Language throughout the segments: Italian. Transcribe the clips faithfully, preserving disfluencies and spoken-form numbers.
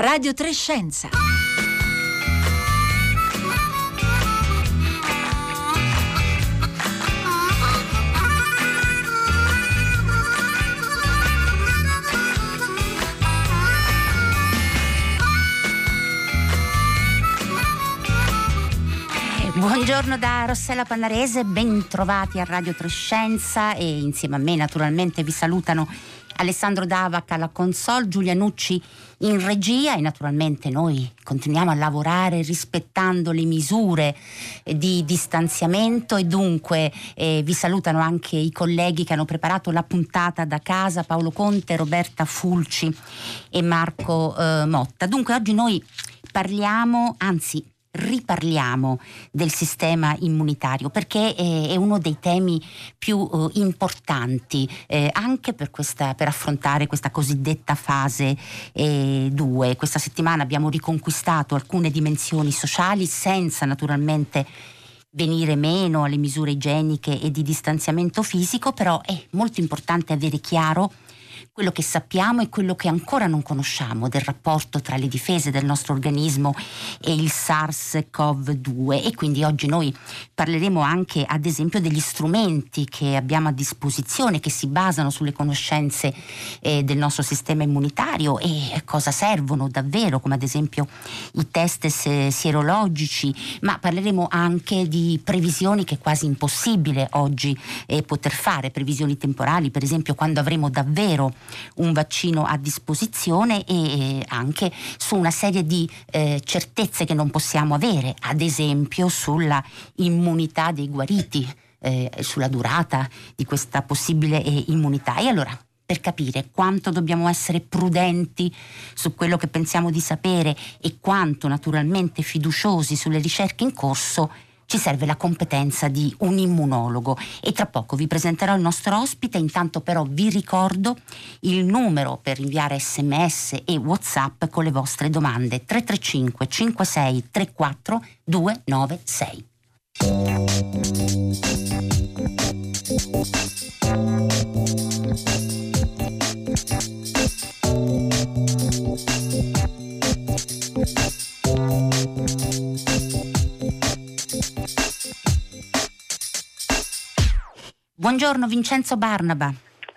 Radio tre Scienza. Buongiorno da Rossella Pannarese, ben trovati a Radio tre Scienza, e insieme a me naturalmente vi salutano Alessandro Davac alla console, Giulia Nucci in regia, e naturalmente noi continuiamo a lavorare rispettando le misure di distanziamento, e dunque eh, vi salutano anche i colleghi che hanno preparato la puntata da casa, Paolo Conte, Roberta Fulci e Marco eh, Motta. Dunque oggi noi parliamo, anzi riparliamo del sistema immunitario, perché è uno dei temi più uh, importanti eh, anche per, questa, per affrontare questa cosiddetta fase due. Eh, questa settimana abbiamo riconquistato alcune dimensioni sociali senza naturalmente venire meno alle misure igieniche e di distanziamento fisico, però è molto importante avere chiaro quello che sappiamo e quello che ancora non conosciamo del rapporto tra le difese del nostro organismo e il SARS-CoV due, e quindi oggi noi parleremo anche ad esempio degli strumenti che abbiamo a disposizione, che si basano sulle conoscenze eh, del nostro sistema immunitario e cosa servono davvero, come ad esempio i test sierologici, ma parleremo anche di previsioni che è quasi impossibile oggi eh, poter fare, previsioni temporali, per esempio quando avremo davvero un vaccino a disposizione, e anche su una serie di eh, certezze che non possiamo avere, ad esempio sulla immunità dei guariti, eh, sulla durata di questa possibile eh, immunità. E allora, per capire quanto dobbiamo essere prudenti su quello che pensiamo di sapere e quanto naturalmente fiduciosi sulle ricerche in corso, ci serve la competenza di un immunologo, e tra poco vi presenterò il nostro ospite. Intanto però vi ricordo il numero per inviare sms e WhatsApp con le vostre domande: tre tre cinque cinque sei tre quattro due nove sei. Buongiorno Vincenzo Barnaba.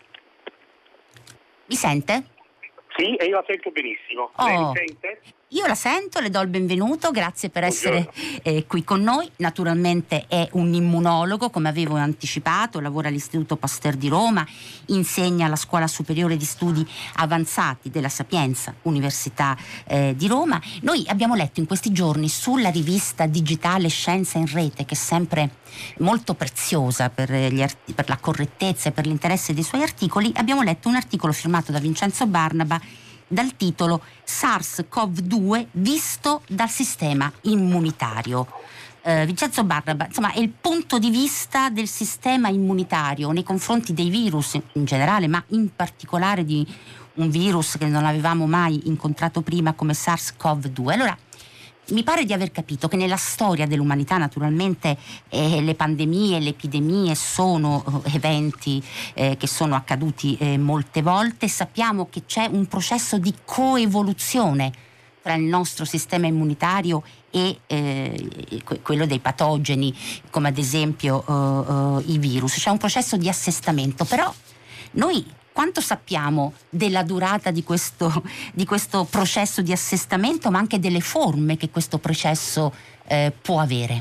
Mi sente? Sì, e io la sento benissimo. Oh, Lei mi sente? Io la sento, le do il benvenuto, grazie per essere eh, qui con noi. Naturalmente è un immunologo, come avevo anticipato, lavora all'Istituto Pasteur di Roma, insegna alla Scuola Superiore di Studi Avanzati della Sapienza, Università eh, di Roma. Noi abbiamo letto in questi giorni sulla rivista digitale Scienza in Rete, che è sempre molto preziosa per, gli art- per la correttezza e per l'interesse dei suoi articoli, abbiamo letto un articolo firmato da Vincenzo Barnaba dal titolo SARS-CoV due visto dal sistema immunitario. Eh, Vincenzo Barnaba, insomma, è il punto di vista del sistema immunitario nei confronti dei virus in generale, ma in particolare di un virus che non avevamo mai incontrato prima come SARS-CoV due. Allora, mi pare di aver capito che nella storia dell'umanità naturalmente eh, le pandemie, le epidemie sono eh, eventi eh, che sono accaduti eh, molte volte. Sappiamo che c'è un processo di coevoluzione tra il nostro sistema immunitario e eh, quello dei patogeni, come ad esempio eh, eh, i virus. C'è un processo di assestamento, però noi quanto sappiamo della durata di questo, di questo processo di assestamento, ma anche delle forme che questo processo eh, può avere?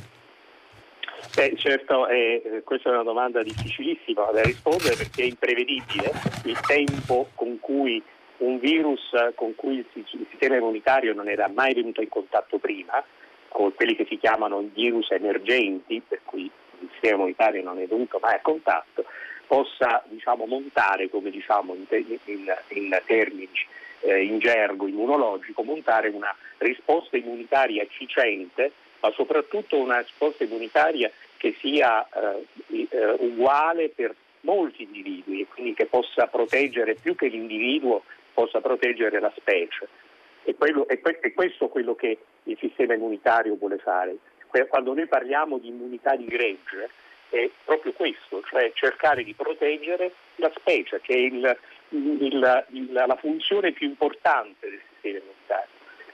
Beh, certo, eh, questa è una domanda difficilissima da rispondere, perché è imprevedibile il tempo con cui un virus con cui il, il sistema immunitario non era mai venuto in contatto prima, con quelli che si chiamano virus emergenti, per cui il sistema immunitario non è venuto mai a contatto, possa, diciamo, montare, come diciamo in, te- in, in termini eh, in gergo immunologico, montare una risposta immunitaria efficiente, ma soprattutto una risposta immunitaria che sia eh, eh, uguale per molti individui, e quindi che possa proteggere più che l'individuo, possa proteggere la specie. E, quello, e, que- e questo è quello che il sistema immunitario vuole fare. Quando noi parliamo di immunità di gregge, è proprio questo, cioè cercare di proteggere la specie, che è il, il, il, la funzione più importante del sistema immunitario.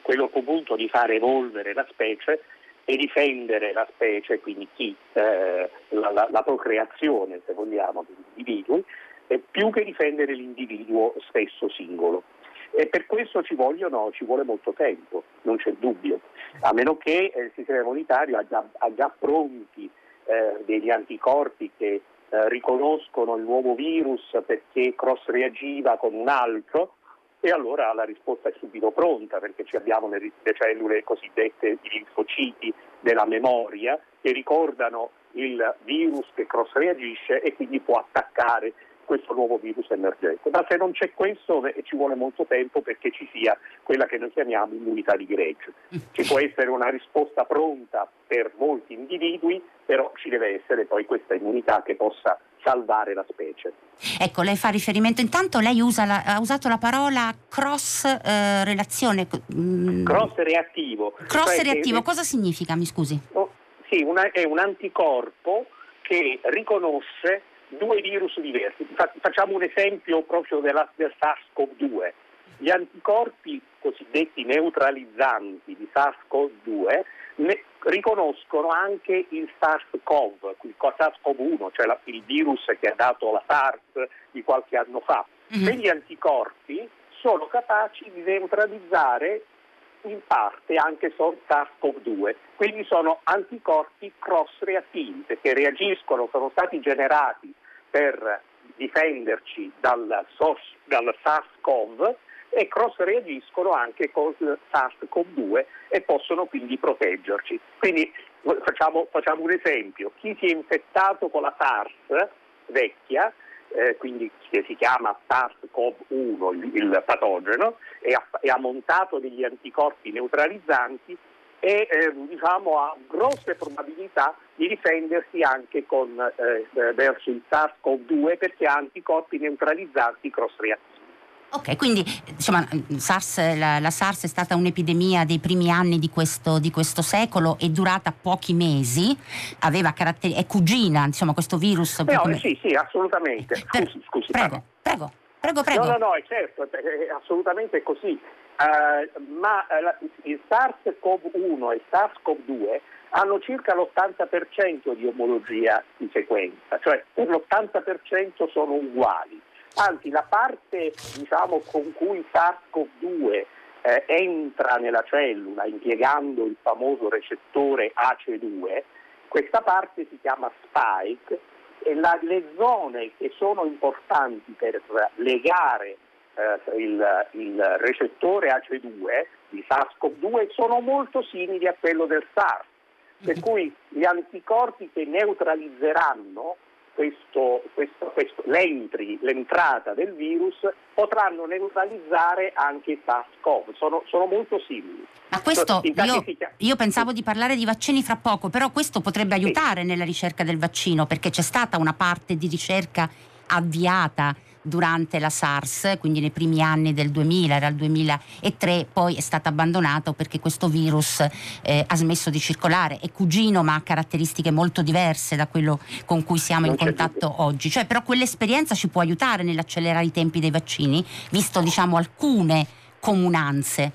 quello appunto di fare evolvere la specie e difendere la specie, quindi chi, eh, la, la, la procreazione, se vogliamo, degli individui, eh, più che difendere l'individuo stesso singolo. E per questo ci, vogliono, ci vuole molto tempo, non c'è dubbio, a meno che eh, il sistema immunitario ha già, ha già pronti eh, degli anticorpi che eh, riconoscono il nuovo virus perché cross reagiva con un altro, e allora la risposta è subito pronta, perché ci abbiamo le, le cellule cosiddette i linfociti della memoria che ricordano il virus che cross reagisce e quindi può attaccare questo nuovo virus emergente. Ma se non c'è questo eh, ci vuole molto tempo perché ci sia quella che noi chiamiamo immunità di gregge. Ci può essere una risposta pronta per molti individui, però ci deve essere poi questa immunità che possa salvare la specie. Ecco, lei fa riferimento, intanto lei usa la, ha usato la parola cross eh, relazione. Mm. Cross reattivo. Cross cioè reattivo, che, cosa significa, mi scusi? Oh, sì, una, è un anticorpo che riconosce due virus diversi. Facciamo un esempio proprio della, del SARS-CoV due. Gli anticorpi cosiddetti neutralizzanti di SARS-CoV due ne riconoscono anche il SARS-CoV, il SARS-CoV uno, cioè la, il virus che ha dato la SARS di qualche anno fa. Mm-hmm. Quegli anticorpi sono capaci di neutralizzare in parte anche SARS-CoV due, quindi sono anticorpi cross-reattivi perché reagiscono, sono stati generati per difenderci dal, dal SARS-CoV e cross-reagiscono anche con SARS-CoV due e possono quindi proteggerci. Quindi facciamo, facciamo un esempio: chi si è infettato con la SARS vecchia, Eh, quindi che si chiama SARS-CoV uno, il, il patogeno, e ha, e ha montato degli anticorpi neutralizzanti e eh, diciamo ha grosse probabilità di difendersi anche con, eh, verso il SARS-CoV due perché ha anticorpi neutralizzanti cross-reattivi. Ok, quindi insomma SARS, la, la SARS è stata un'epidemia dei primi anni di questo, di questo secolo, è durata pochi mesi, aveva caratteri- è cugina, insomma, questo virus. No, come... Sì, sì, assolutamente. Scusi, per... scusi. Prego, prego, prego, prego. No, no, no, è certo, è assolutamente così. Uh, ma uh, il SARS-CoV uno e il SARS-CoV due hanno circa l'ottanta per cento di omologia di sequenza, cioè per l'ottanta per cento sono uguali. Anzi, la parte diciamo con cui SARS-CoV due eh, entra nella cellula impiegando il famoso recettore A C E due, questa parte si chiama spike e la, le zone che sono importanti per legare eh, il, il recettore A C E due di SARS-CoV due sono molto simili a quello del SARS, per cui gli anticorpi che neutralizzeranno Questo, questo, questo, l'entry, l'entrata del virus potranno neutralizzare anche il SARS-CoV, sono, sono molto simili. Ma questo io, io pensavo di parlare di vaccini fra poco, però questo potrebbe aiutare sì. nella ricerca del vaccino, perché c'è stata una parte di ricerca avviata durante la SARS, quindi nei primi anni del duemila, era il duemilatré, poi è stato abbandonato perché questo virus eh, ha smesso di circolare, è cugino ma ha caratteristiche molto diverse da quello con cui siamo non in contatto dubbio. oggi, cioè però quell'esperienza ci può aiutare nell'accelerare i tempi dei vaccini, visto diciamo alcune comunanze.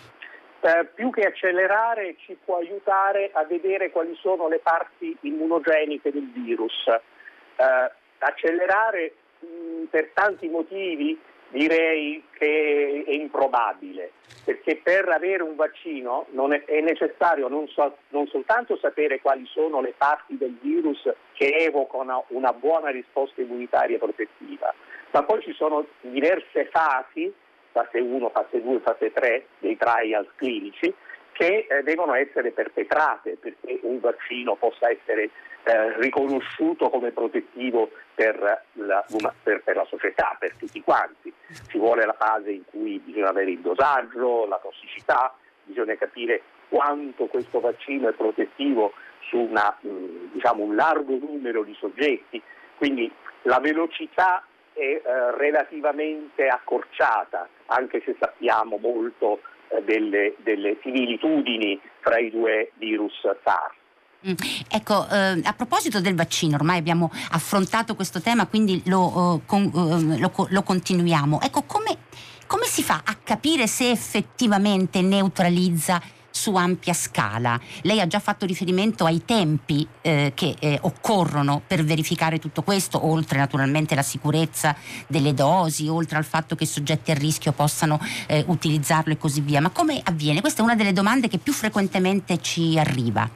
Eh, più che accelerare ci può aiutare a vedere quali sono le parti immunogeniche del virus. Eh, accelerare per tanti motivi direi che è improbabile, perché per avere un vaccino non è, è necessario non, so, non soltanto sapere quali sono le parti del virus che evocano una buona risposta immunitaria protettiva, ma poi ci sono diverse fasi, fase uno, fase due, fase tre dei trials clinici, che eh, devono essere perpetrate perché un vaccino possa essere eh, riconosciuto come protettivo per la, per, per la società, per tutti quanti. Ci vuole la fase in cui bisogna avere il dosaggio, la tossicità, bisogna capire quanto questo vaccino è protettivo su una, mh, diciamo, un largo numero di soggetti, quindi la velocità è eh, relativamente accorciata, anche se sappiamo molto Delle, delle similitudini tra i due virus SARS. Mm. Ecco, eh, a proposito del vaccino, ormai abbiamo affrontato questo tema, quindi lo, uh, con, uh, lo, lo continuiamo. Ecco, come, come si fa a capire se effettivamente neutralizza su ampia scala? Lei ha già fatto riferimento ai tempi eh, che eh, occorrono per verificare tutto questo, oltre naturalmente alla sicurezza delle dosi, oltre al fatto che i soggetti a rischio possano eh, utilizzarlo e così via. Ma come avviene? Questa è una delle domande che più frequentemente ci arriva.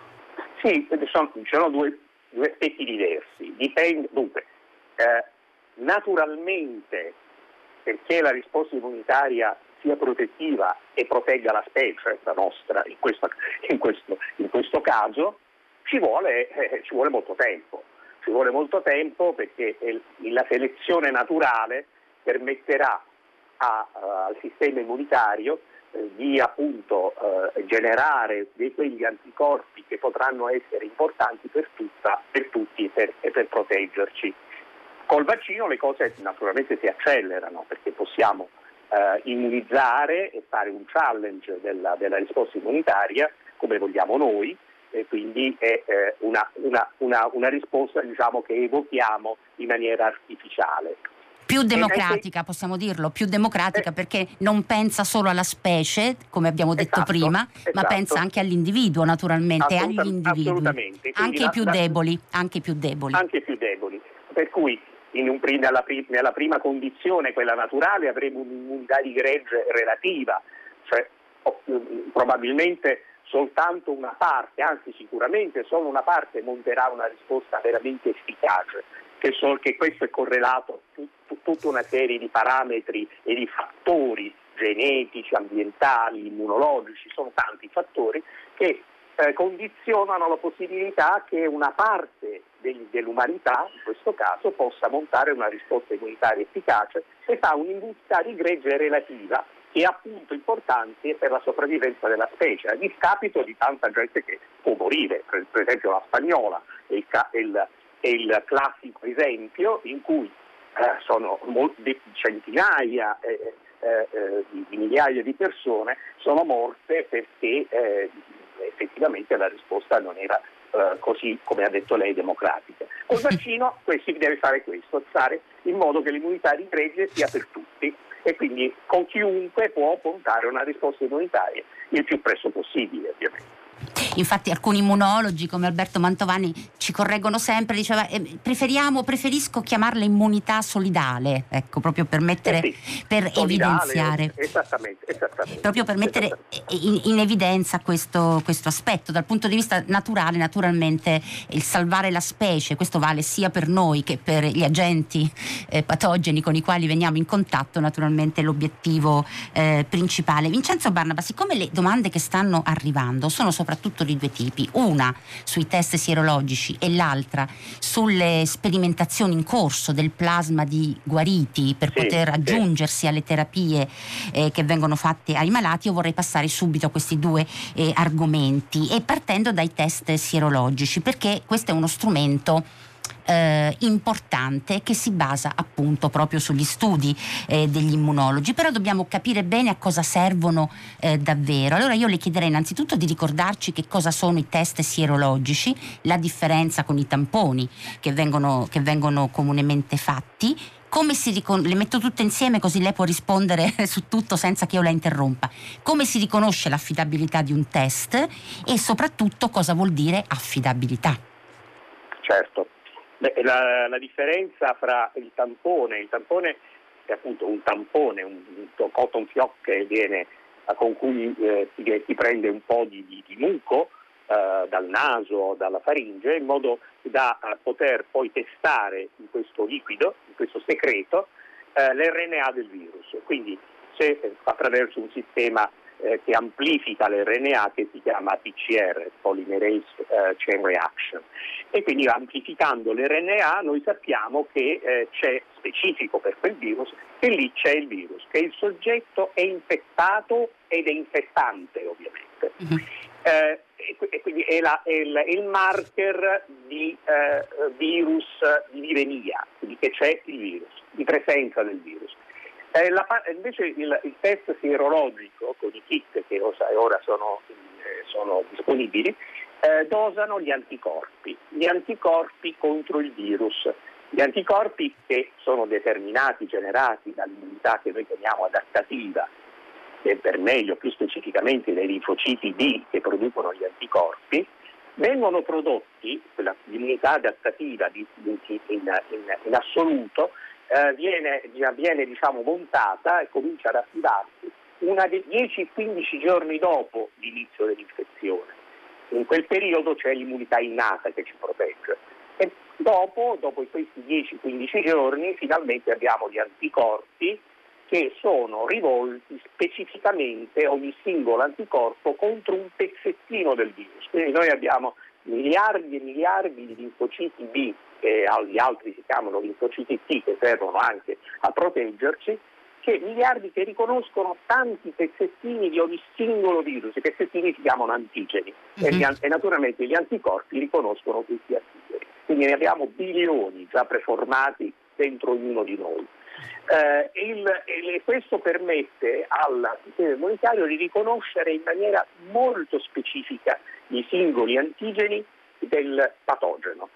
Sì, sono, ci sono due, due aspetti diversi. Dipende, dunque, eh, naturalmente, perché la risposta immunitaria sia protettiva e protegga la specie, la nostra, in questo, in questo, in questo caso, ci vuole, eh, ci vuole molto tempo. Ci vuole molto tempo perché il, la selezione naturale permetterà a, uh, al sistema immunitario eh, di appunto eh, generare dei, quegli anticorpi che potranno essere importanti per, tutta, per tutti e per, e per proteggerci. Col vaccino le cose naturalmente si accelerano perché possiamo Uh, immunizzare e fare un challenge della, della risposta immunitaria come vogliamo noi, e quindi è eh, una, una, una, una risposta, diciamo, che evochiamo in maniera artificiale. Più democratica, possiamo dirlo, più democratica, eh, perché non pensa solo alla specie, come abbiamo detto esatto, prima, esatto. ma pensa anche all'individuo, naturalmente, Assoluta, agli individui, assolutamente. anche la, i più la, deboli, anche i più deboli. Anche più deboli. Per cui in un, nella, nella prima condizione, quella naturale, avremo un'immunità di gregge relativa, cioè oh, probabilmente soltanto una parte, anzi sicuramente solo una parte monterà una risposta veramente efficace, che, so, che questo è correlato a tut, tutta una serie di parametri e di fattori genetici, ambientali, immunologici, sono tanti fattori che eh, condizionano la possibilità che una parte del, dell'umanità, in questo caso, possa montare una risposta immunitaria efficace e fa un'immunità di gregge relativa che è appunto importante per la sopravvivenza della specie, a discapito di tanta gente che può morire. Per, per esempio la spagnola è il, è il, è il classico esempio in cui eh, sono molti, centinaia eh, eh, di, di migliaia di persone sono morte perché eh, effettivamente la risposta non era eh, così, come ha detto lei, democratica. Col vaccino si deve fare questo, fare in modo che l'immunità di gregge sia per tutti e quindi con chiunque può puntare una risposta immunitaria il più presto possibile, ovviamente. Infatti alcuni immunologi come Alberto Mantovani ci correggono sempre, diceva eh, preferiamo, preferisco chiamarla immunità solidale, ecco, proprio per mettere, eh sì, per solidale, evidenziare, esattamente, esattamente, proprio per mettere esattamente. in, in evidenza questo, questo aspetto. Dal punto di vista naturale, naturalmente il salvare la specie, questo vale sia per noi che per gli agenti eh, patogeni con i quali veniamo in contatto, naturalmente l'obiettivo eh, principale. Vincenzo Barnaba, siccome le domande che stanno arrivando sono soprattutto di due tipi, una sui test sierologici e l'altra sulle sperimentazioni in corso del plasma di guariti per sì, poter sì. aggiungersi alle terapie eh, che vengono fatte ai malati, io vorrei passare subito a questi due eh, argomenti e partendo dai test sierologici, perché questo è uno strumento Eh, importante che si basa appunto proprio sugli studi eh, degli immunologi, però dobbiamo capire bene a cosa servono eh, davvero. Allora io le chiederei innanzitutto di ricordarci che cosa sono i test sierologici, la differenza con i tamponi che vengono, che vengono comunemente fatti, come si ricon- le metto tutte insieme così lei può rispondere su tutto senza che io la interrompa. Come si riconosce l'affidabilità di un test e soprattutto cosa vuol dire affidabilità? Certo. Beh, la, la differenza fra il tampone, il tampone è appunto un tampone, un, un cotton fioc che viene, con cui eh, si, si prende un po' di, di, di muco eh, dal naso o dalla faringe in modo da eh, poter poi testare in questo liquido, in questo secreto, eh, l'R N A del virus. Quindi se eh, attraverso un sistema eh, che amplifica l'R N A che si chiama P C R, Polymerase eh, Chain Reaction. E quindi amplificando l'R N A noi sappiamo che eh, c'è specifico per quel virus, che lì c'è il virus, che il soggetto è infettato ed è infettante ovviamente. Mm-hmm. Eh, e, e quindi è, la, è, il, è il marker di eh, virus di viremia, quindi che c'è il virus, di presenza del virus. Eh, la, invece il, il test sierologico con i kit che ora sono, eh, sono disponibili, Eh, dosano gli anticorpi, gli anticorpi contro il virus Gli anticorpi, che sono determinati, generati dall'immunità che noi chiamiamo adattativa, e per meglio più specificamente dai linfociti B che producono gli anticorpi, vengono prodotti, l'immunità adattativa in, in, in, in assoluto eh, viene, viene diciamo, montata e comincia ad attivarsi una dieci quindici giorni dopo l'inizio dell'infezione. In quel periodo c'è l'immunità innata che ci protegge. E dopo, dopo questi dieci quindici giorni, finalmente abbiamo gli anticorpi che sono rivolti specificamente, ogni singolo anticorpo, contro un pezzettino del virus. Quindi noi abbiamo miliardi e miliardi di linfociti B, e gli altri si chiamano linfociti T, che servono anche a proteggerci, che miliardi che riconoscono tanti pezzettini di ogni singolo virus. I pezzettini si chiamano antigeni, mm-hmm. e, gli, e naturalmente gli anticorpi riconoscono questi antigeni. Quindi ne abbiamo bilioni già preformati dentro ognuno di noi. Eh, il, e questo permette al sistema immunitario di riconoscere in maniera molto specifica i singoli antigeni del patogeno.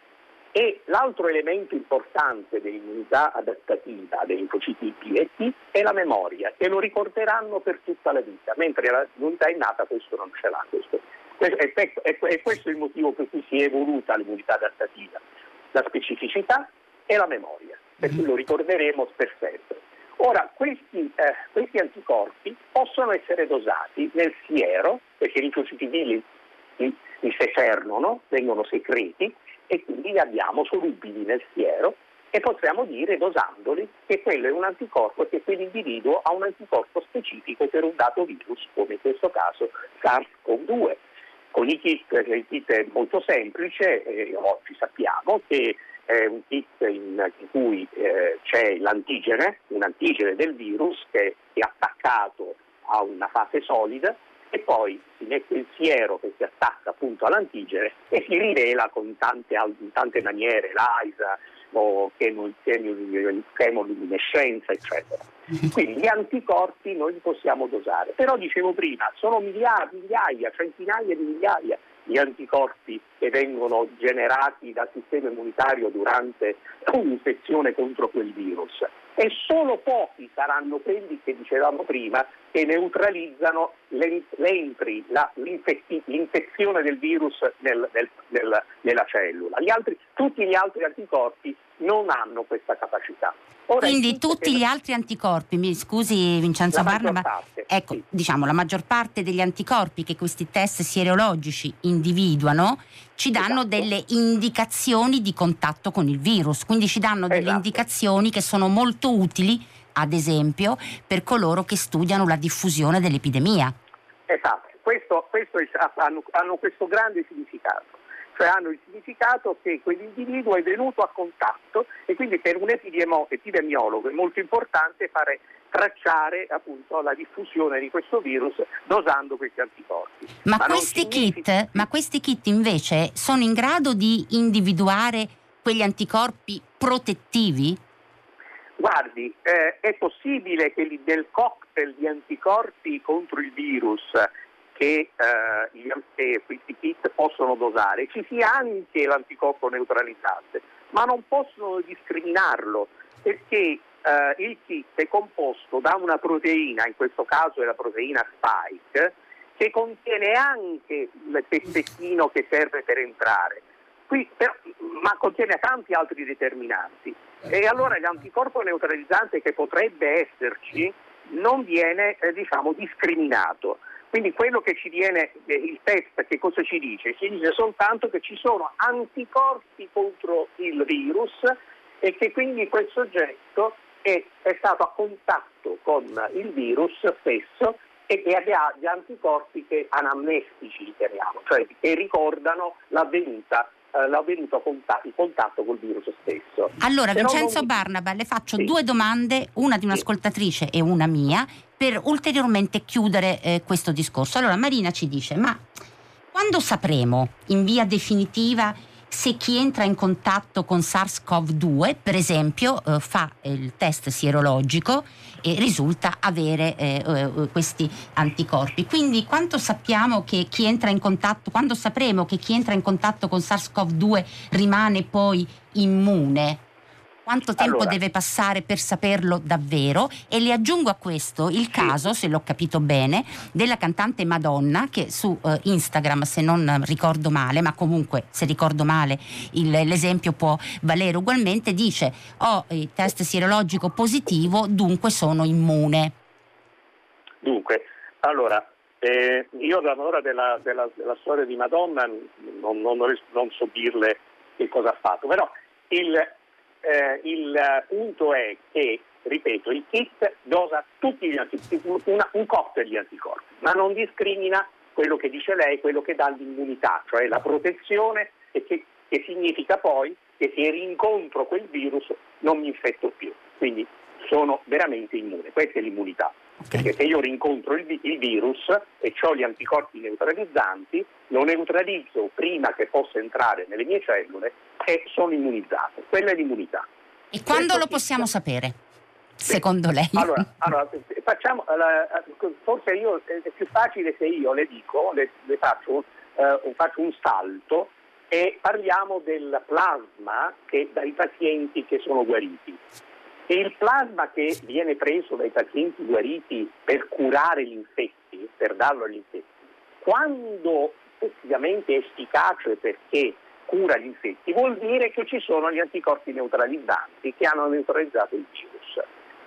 E l'altro elemento importante dell'immunità adattativa dei linfociti B e T è la memoria, che lo ricorderanno per tutta la vita, mentre l'immunità innata questo non ce l'ha. Questo. È, è, è questo il motivo per cui si è evoluta l'immunità adattativa, la specificità e la memoria, perché lo ricorderemo per sempre. Ora, questi, eh, questi anticorpi possono essere dosati nel siero, perché i linfociti B li, li, li secernano, vengono secreti, e quindi li abbiamo solubili nel siero e possiamo dire, dosandoli, che quello è un anticorpo e che quell'individuo ha un anticorpo specifico per un dato virus, come in questo caso SARS-CoV due. Con i kit, il kit è molto semplice, eh, oggi sappiamo che è un kit in, in cui eh, c'è l'antigene, un antigene del virus che è attaccato a una fase solida, e poi si mette il siero che si attacca appunto all'antigene e si rivela con tante, in tante maniere, l'AISA o chemoluminescenza, eccetera. Quindi gli anticorpi noi li possiamo dosare, però dicevo prima, sono migliaia, migliaia, centinaia di migliaia gli anticorpi che vengono generati dal sistema immunitario durante un'infezione contro quel virus, e solo pochi saranno quelli che dicevamo prima che neutralizzano l'entry, la, l'infezione del virus nel, nel, nel, nella cellula. Gli altri, tutti gli altri anticorpi non hanno questa capacità. Ora, quindi tutti gli altri anticorpi, mi scusi Vincenzo Barnaba, parte, ecco, sì. diciamo la maggior parte degli anticorpi che questi test sierologici individuano ci danno esatto. delle indicazioni di contatto con il virus, quindi ci danno delle esatto. indicazioni che sono molto utili, ad esempio, per coloro che studiano la diffusione dell'epidemia. Esatto, questo, questo è, hanno, hanno questo grande significato. Cioè hanno il significato che quell'individuo è venuto a contatto, e quindi per un epidemo, epidemiologo è molto importante fare tracciare appunto la diffusione di questo virus dosando questi anticorpi. Ma, ma questi significa... kit, ma questi kit invece sono in grado di individuare quegli anticorpi protettivi? Guardi, eh, è possibile che nel cocktail di anticorpi contro il virus che eh, gli, eh, questi kit possono dosare ci sia anche l'anticorpo neutralizzante, ma non possono discriminarlo, perché eh, il kit è composto da una proteina, in questo caso è la proteina spike, che contiene anche il pezzettino che serve per entrare, qui, però, ma contiene tanti altri determinanti, e allora l'anticorpo neutralizzante che potrebbe esserci non viene eh, diciamo discriminato. Quindi quello che ci viene, eh, il test che cosa ci dice? Ci dice soltanto che ci sono anticorpi contro il virus e che quindi quel soggetto è, è stato a contatto con il virus stesso e che ha gli anticorpi che anamnestici li chiamiamo, cioè che ricordano l'avvenuta eh, l'avvenuto contatto, il contatto col virus stesso. Allora Però Vincenzo non... Barnaba, le faccio sì. due domande, una di un'ascoltatrice sì. e una mia, per ulteriormente chiudere eh, questo discorso. Allora Marina ci dice: ma quando sapremo in via definitiva se chi entra in contatto con SARS-CoV due, per esempio, eh, fa il test sierologico e risulta avere eh, eh, questi anticorpi? Quindi quando sappiamo che chi entra in contatto, quando sapremo che chi entra in contatto con SARS-CoV due rimane poi immune? Quanto tempo allora, deve passare per saperlo davvero? E le aggiungo a questo il caso, se l'ho capito bene, della cantante Madonna che su uh, Instagram, se non ricordo male, ma comunque se ricordo male il, l'esempio può valere ugualmente, dice: ho il test sierologico positivo, dunque sono immune. Dunque, allora, eh, io dall'ora della, della, della storia di Madonna non, non, non so dirle che cosa ha fatto, però il, eh, il punto è che, ripeto, il kit dosa tutti gli anticorpi, una, un cocktail di anticorpi, ma non discrimina quello che dice lei, quello che dà l'immunità, cioè la protezione, e che, che significa poi che se rincontro quel virus non mi infetto più, quindi sono veramente immune. Questa è l'immunità. Okay. Perché se io rincontro il, il virus e ho gli anticorpi neutralizzanti, lo neutralizzo prima che possa entrare nelle mie cellule e sono immunizzato. Quella è l'immunità. E quando Questo lo possiamo sì. sapere, secondo lei? Allora, allora facciamo, forse io è più facile se io le dico, le, le faccio, uh, faccio un salto e parliamo del plasma che dai pazienti che sono guariti. E il plasma che viene preso dai pazienti guariti per curare gli infetti, per darlo agli infetti, quando effettivamente è efficace perché cura gli infetti, vuol dire che ci sono gli anticorpi neutralizzanti che hanno neutralizzato il virus.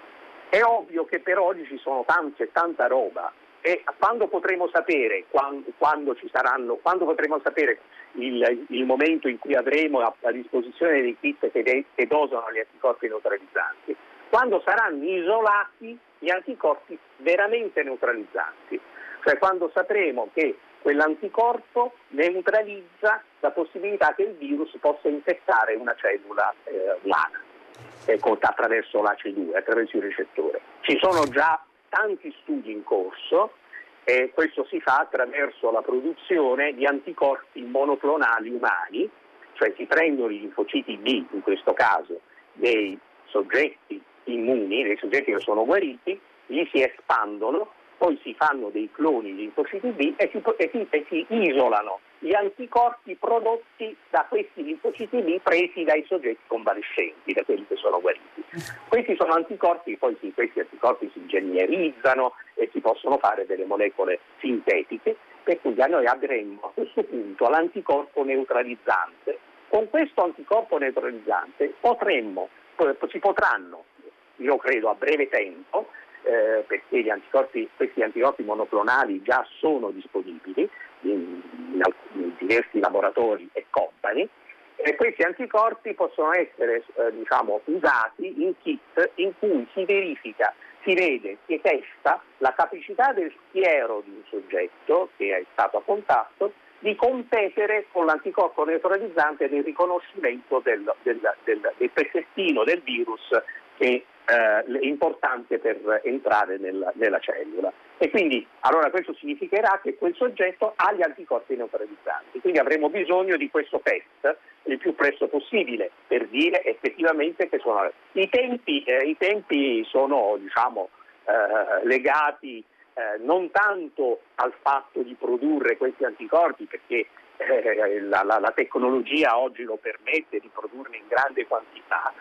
È ovvio che per oggi ci sono tante, tanta roba, e quando potremo sapere quando, quando ci saranno, quando potremo sapere il, il momento in cui avremo a, a disposizione dei kit che, de, che dosano gli anticorpi neutralizzanti, quando saranno isolati gli anticorpi veramente neutralizzanti, cioè quando sapremo che quell'anticorpo neutralizza la possibilità che il virus possa infettare una cellula eh, umana eh, attraverso l'A C E due, attraverso il ricettore. Ci sono già tanti studi in corso e questo si fa attraverso la produzione di anticorpi monoclonali umani, cioè si prendono i linfociti B, in questo caso, dei soggetti immuni, dei soggetti che sono guariti, li si espandono, poi si fanno dei cloni di linfociti B e si, e si, e si isolano gli anticorpi prodotti da questi linfociti B presi dai soggetti convalescenti, da quelli che sono guariti. Questi sono anticorpi, poi sì, questi anticorpi si ingegnerizzano e si possono fare delle molecole sintetiche, per cui noi avremmo a questo punto l'anticorpo neutralizzante. Con questo anticorpo neutralizzante potremmo, si potranno, io credo a breve tempo, eh, perché gli anticorpi, questi anticorpi monoclonali già sono disponibili in, in, in diversi laboratori e company, e questi anticorpi possono essere eh, diciamo, usati in kit in cui si verifica, si vede, si testa la capacità del siero di un soggetto che è stato a contatto di competere con l'anticorpo neutralizzante nel riconoscimento del, del, del, del pezzettino del virus che eh, è importante per entrare nel, nella cellula. E quindi allora questo significherà che quel soggetto ha gli anticorpi neutralizzanti. Quindi avremo bisogno di questo test il più presto possibile per dire effettivamente che sono i tempi, eh, i tempi sono diciamo eh, legati eh, non tanto al fatto di produrre questi anticorpi, perché eh, la, la, la tecnologia oggi lo permette di produrne in grande quantità,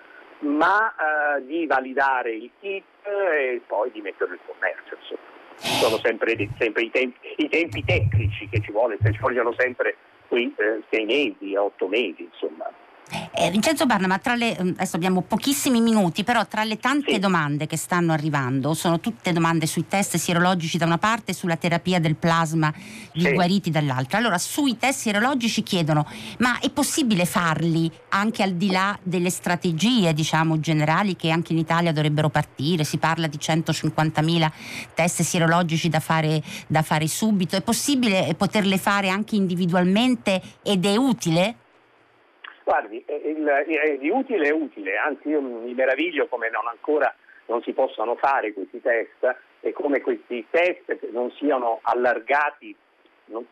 ma eh, di validare il kit e poi di metterlo in commercio. Insomma. Sono sempre, sempre i, tempi, i tempi tecnici che ci vuole, ci vogliono sempre quei eh, sei mesi, otto mesi, insomma. Eh, Vincenzo Barna, ma tra le, adesso abbiamo pochissimi minuti, però tra le tante sì. domande che stanno arrivando, sono tutte domande sui test sierologici da una parte e sulla terapia del plasma di sì. guariti dall'altra. Allora, sui test sierologici chiedono, ma è possibile farli anche al di là delle strategie, diciamo, generali che anche in Italia dovrebbero partire? Si parla di centocinquantamila test sierologici da fare, da fare subito. È possibile poterle fare anche individualmente ed è utile? Guardi, il, il, di utile è utile, anzi io mi meraviglio come non ancora non si possano fare questi test e come questi test non siano allargati non,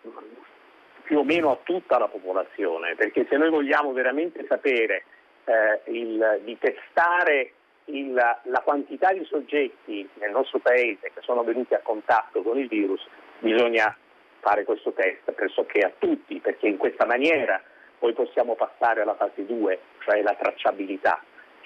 più o meno a tutta la popolazione, perché se noi vogliamo veramente sapere eh, il, di testare il, la quantità di soggetti nel nostro paese che sono venuti a contatto con il virus, bisogna fare questo test pressoché a tutti, perché in questa maniera poi possiamo passare alla fase due, cioè la tracciabilità,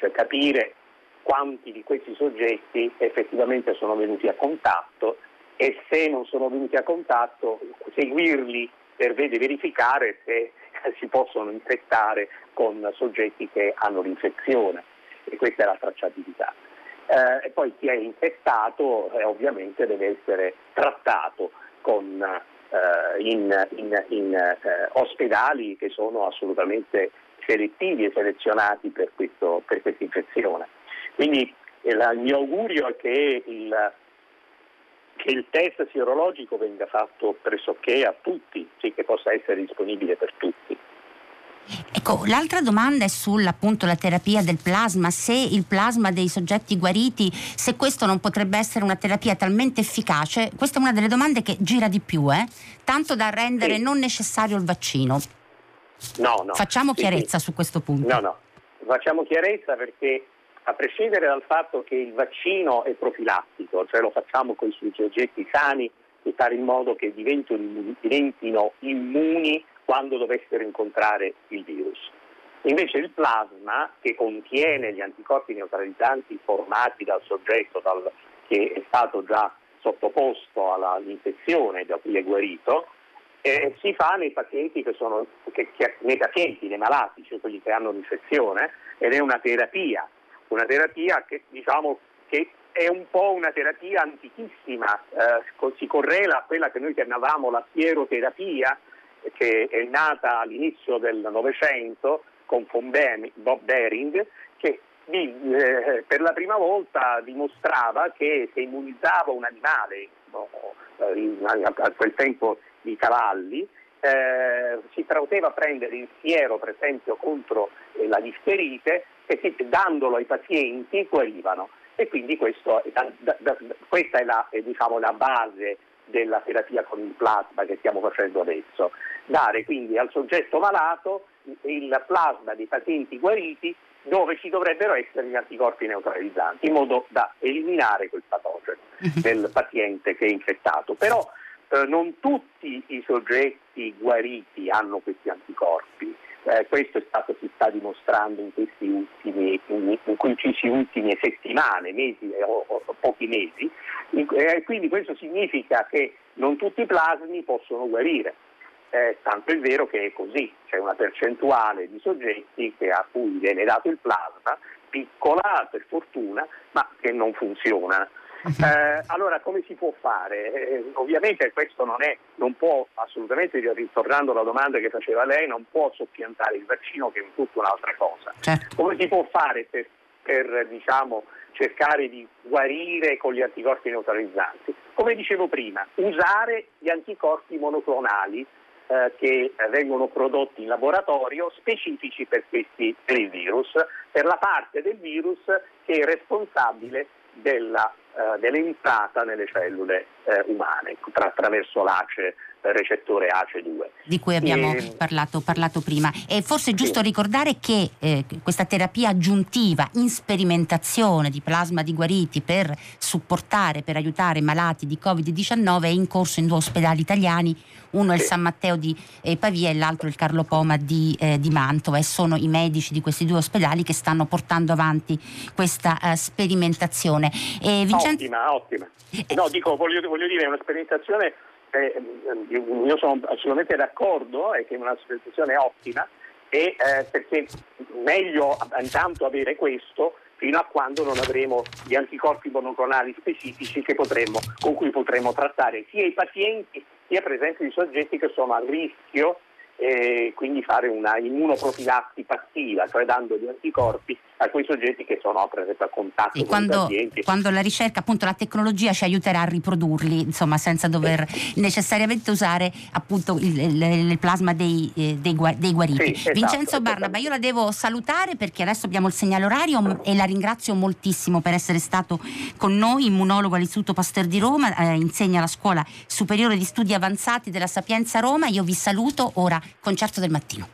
cioè capire quanti di questi soggetti effettivamente sono venuti a contatto e se non sono venuti a contatto seguirli per verificare se si possono infettare con soggetti che hanno l'infezione, e questa è la tracciabilità. Eh, e poi chi è infettato eh, ovviamente deve essere trattato con, eh, in, in, in eh, ospedali che sono assolutamente selettivi e selezionati per, questo, per questa infezione. Quindi eh, la, il mio augurio è che il, che il test sierologico venga fatto pressoché a tutti, sì, che possa essere disponibile per tutti. Ecco, l'altra domanda è sulla appunto la terapia del plasma, se il plasma dei soggetti guariti, se questo non potrebbe essere una terapia talmente efficace. Questa è una delle domande che gira di più, eh? tanto da rendere sì. non necessario il vaccino. No, no. Facciamo chiarezza sì, sì. su questo punto. No, no, facciamo chiarezza perché a prescindere dal fatto che il vaccino è profilattico, cioè lo facciamo con i soggetti sani per fare in modo che diventino, diventino immuni quando dovessero incontrare il virus. Invece il plasma, che contiene gli anticorpi neutralizzanti formati dal soggetto dal, che è stato già sottoposto alla, all'infezione da cui è guarito, eh, si fa nei pazienti che sono che, che, nei pazienti, nei malati, cioè quelli che hanno l'infezione, ed è una terapia, una terapia che diciamo che è un po' una terapia antichissima, eh, si correla a quella che noi chiamavamo la sieroterapia, che è nata all'inizio del Novecento con von Bob Behring, che eh, per la prima volta dimostrava che se immunizzava un animale, no, a quel tempo i cavalli, eh, si poteva prendere il siero per esempio contro eh, la difterite e si, dandolo ai pazienti guarivano. E quindi questo, da, da, da, questa è la, è, diciamo, la base della terapia con il plasma che stiamo facendo adesso. Dare quindi al soggetto malato il plasma dei pazienti guariti dove ci dovrebbero essere gli anticorpi neutralizzanti in modo da eliminare quel patogeno del paziente che è infettato. Però eh, non tutti i soggetti guariti hanno questi anticorpi. Eh, questo è stato, si sta dimostrando in questi ultimi, in, in questi ultime settimane, mesi o, o pochi mesi, in, eh, quindi questo significa che non tutti i plasmi possono guarire, eh, tanto è vero che è così, c'è una percentuale di soggetti che, a cui viene dato il plasma, piccola per fortuna, ma che non funziona. Eh, allora come si può fare? Eh, ovviamente questo non è, non può assolutamente, ritornando alla domanda che faceva lei, non può soppiantare il vaccino, che è tutta un'altra cosa. Certo. Come si può fare per, per diciamo cercare di guarire con gli anticorpi neutralizzanti? Come dicevo prima, usare gli anticorpi monoclonali eh, che vengono prodotti in laboratorio, specifici per questi per il virus, per la parte del virus che è responsabile della Uh, dell'entrata nelle cellule uh, umane tra, attraverso l'A C E, recettore A C E due. Di cui abbiamo e... parlato, parlato prima. E forse è giusto sì. ricordare che eh, questa terapia aggiuntiva in sperimentazione di plasma di guariti per supportare, per aiutare i malati di covid diciannove è in corso in due ospedali italiani, uno è il sì. San Matteo di eh, Pavia e l'altro il Carlo Poma di, eh, di Mantova, e sono i medici di questi due ospedali che stanno portando avanti questa uh, sperimentazione. E Vincenzo... Ottima, ottima. No, dico, voglio, voglio dire, è una sperimentazione, eh, io sono assolutamente d'accordo, è che è una sperimentazione ottima, e eh, perché meglio intanto avere questo fino a quando non avremo gli anticorpi monoclonali specifici che potremo, con cui potremo trattare sia i pazienti sia per esempio i soggetti che sono a rischio, e quindi fare una immunoprofilassi passiva, cioè dando gli anticorpi a quei soggetti che sono per esempio a contatto sì, con quando, i pazienti. Quando la ricerca, appunto la tecnologia ci aiuterà a riprodurli, insomma, senza dover sì. necessariamente usare appunto il, il, il plasma dei, eh, dei, dei guariti. Sì, esatto, Vincenzo Barnaba, io la devo salutare perché adesso abbiamo il segnale orario e la ringrazio moltissimo per essere stato con noi, immunologo all'Istituto Pasteur di Roma, eh, insegna alla Scuola Superiore di Studi Avanzati della Sapienza Roma. Io vi saluto, ora concerto del mattino.